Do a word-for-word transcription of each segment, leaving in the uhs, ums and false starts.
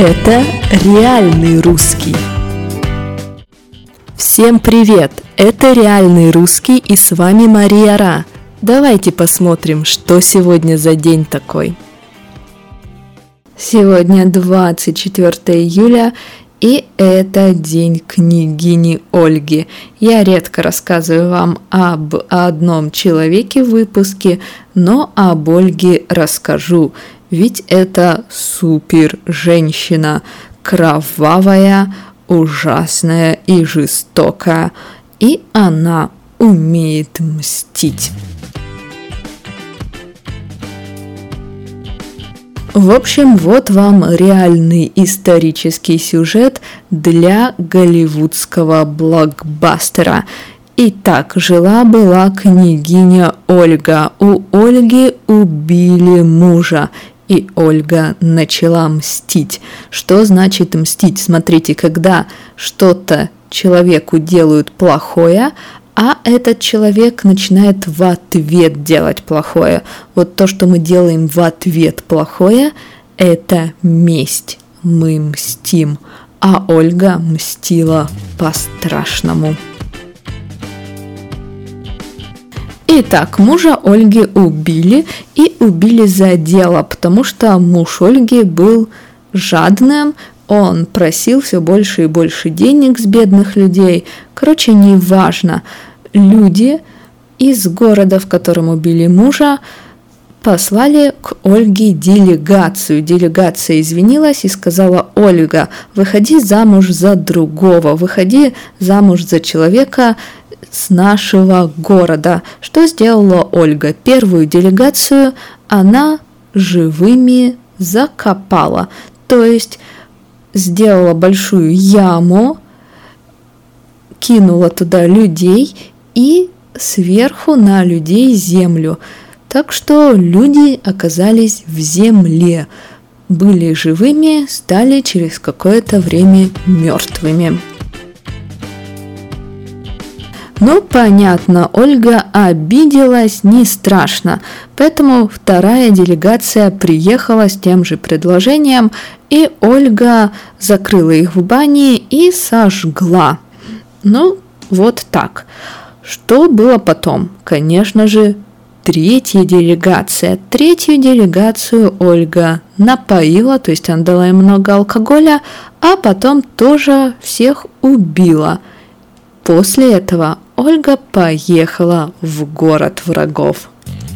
Это реальный русский. Всем привет! Это реальный русский, и с вами Мария Ра. Давайте посмотрим, что сегодня за день такой. Сегодня двадцать четвёртое июля, и это день княгини Ольги. Я редко рассказываю вам об одном человеке в выпуске, но об Ольге расскажу, ведь это супер женщина, кровавая, ужасная и жестокая, и она умеет мстить. В общем, вот вам реальный исторический сюжет для голливудского блокбастера. Итак, жила-была княгиня Ольга. У Ольги убили мужа, и Ольга начала мстить. Что значит мстить? Смотрите, когда что-то человеку делают плохое, а этот человек начинает в ответ делать плохое. Вот то, что мы делаем в ответ плохое, это месть. Мы мстим. А Ольга мстила по-страшному. Итак, мужа Ольги убили, и убили за дело, потому что муж Ольги был жадным. Он просил все больше и больше денег с бедных людей. Короче, неважно. Люди из города, в котором убили мужа, послали к Ольге делегацию. Делегация извинилась и сказала: Ольга, выходи замуж за другого, выходи замуж за человека с нашего города. Что сделала Ольга? Первую делегацию она живыми закопала. То есть сделала большую яму, кинула туда людей и сверху на людей землю. Так что люди оказались в земле, были живыми, стали через какое-то время мертвыми. Ну, понятно, Ольга обиделась, не страшно, поэтому вторая делегация приехала с тем же предложением, и Ольга закрыла их в бане и сожгла. Ну, вот так. Что было потом? Конечно же, третья делегация. Третью делегацию Ольга напоила, то есть она дала им много алкоголя, а потом тоже всех убила. После этого Ольга поехала в город врагов.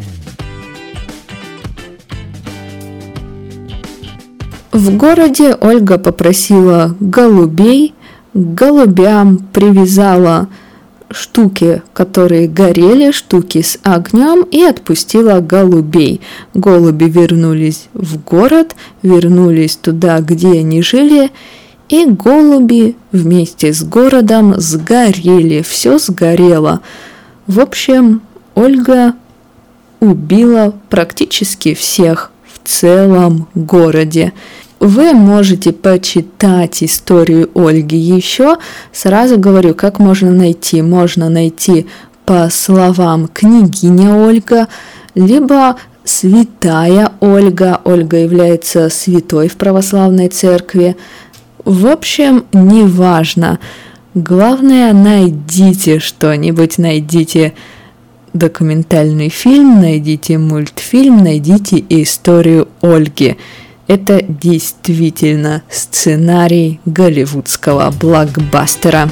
В городе Ольга попросила голубей, к голубям привязала штуки, которые горели, штуки с огнем, и отпустила голубей. Голуби вернулись в город, вернулись туда, где они жили, и голуби вместе с городом сгорели, все сгорело. В общем, Ольга убила практически всех в целом городе. Вы можете почитать историю Ольги еще. Сразу говорю, как можно найти. Можно найти по словам княгиня Ольга, либо святая Ольга. Ольга является святой в православной церкви. В общем, неважно. Главное, найдите что-нибудь, найдите документальный фильм, найдите мультфильм, найдите историю Ольги. Это действительно сценарий голливудского блокбастера.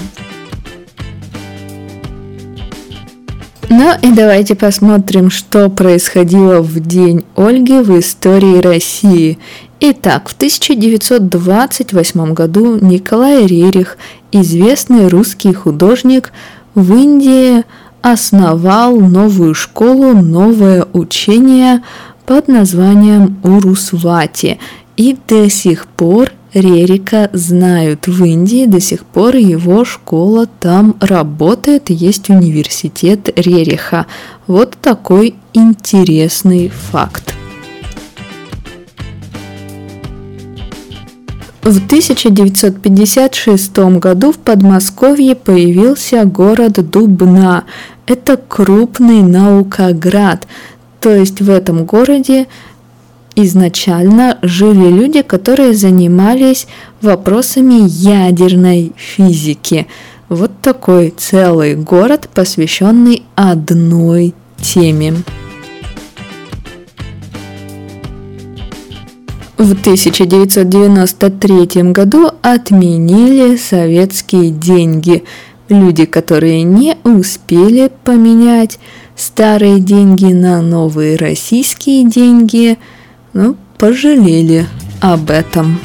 Ну и давайте посмотрим, что происходило в день Ольги в истории России. Итак, в тысяча девятьсот двадцать восьмом году Николай Рерих, известный русский художник, в Индии основал новую школу, новое учение под названием Урусвати. И до сих пор Рерика знают в Индии, до сих пор его школа там работает, есть университет Рериха. Вот такой интересный факт. В тысяча девятьсот пятьдесят шестом году в Подмосковье появился город Дубна. Это крупный наукоград, то есть в этом городе изначально жили люди, которые занимались вопросами ядерной физики. Вот такой целый город, посвященный одной теме. В тысяча девятьсот девяносто третьем году отменили советские деньги. Люди, которые не успели поменять старые деньги на новые российские деньги, ну, пожалели об этом.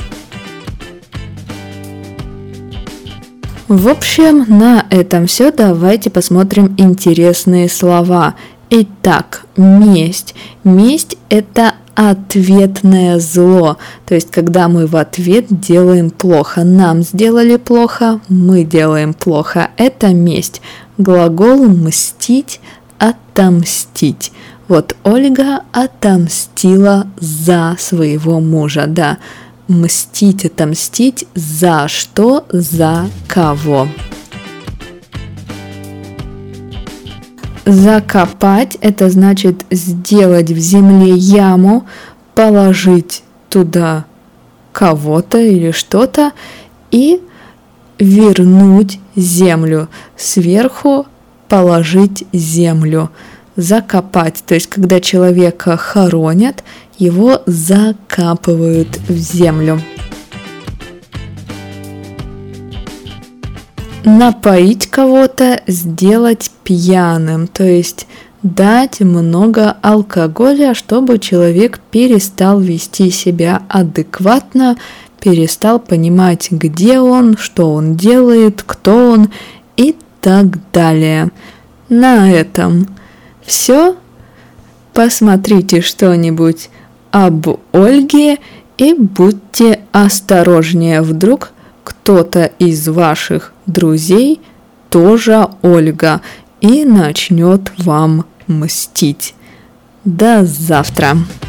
В общем, на этом все. Давайте посмотрим интересные слова. Итак, месть. Месть – это ответное зло. То есть, когда мы в ответ делаем плохо. Нам сделали плохо, мы делаем плохо. Это месть. Глагол «мстить», «отомстить». Вот Ольга отомстила за своего мужа, да. Мстить, отомстить за что, за кого. Закопать – это значит сделать в земле яму, положить туда кого-то или что-то и вернуть землю. Сверху положить землю. Закопать, то есть когда человека хоронят, его закапывают в землю. Напоить кого-то, сделать пьяным, то есть дать много алкоголя, чтобы человек перестал вести себя адекватно, перестал понимать, где он, что он делает, кто он и так далее. На этом все. Посмотрите что-нибудь об Ольге и будьте осторожнее, вдруг кто-то из ваших друзей тоже Ольга и начнет вам мстить. До завтра!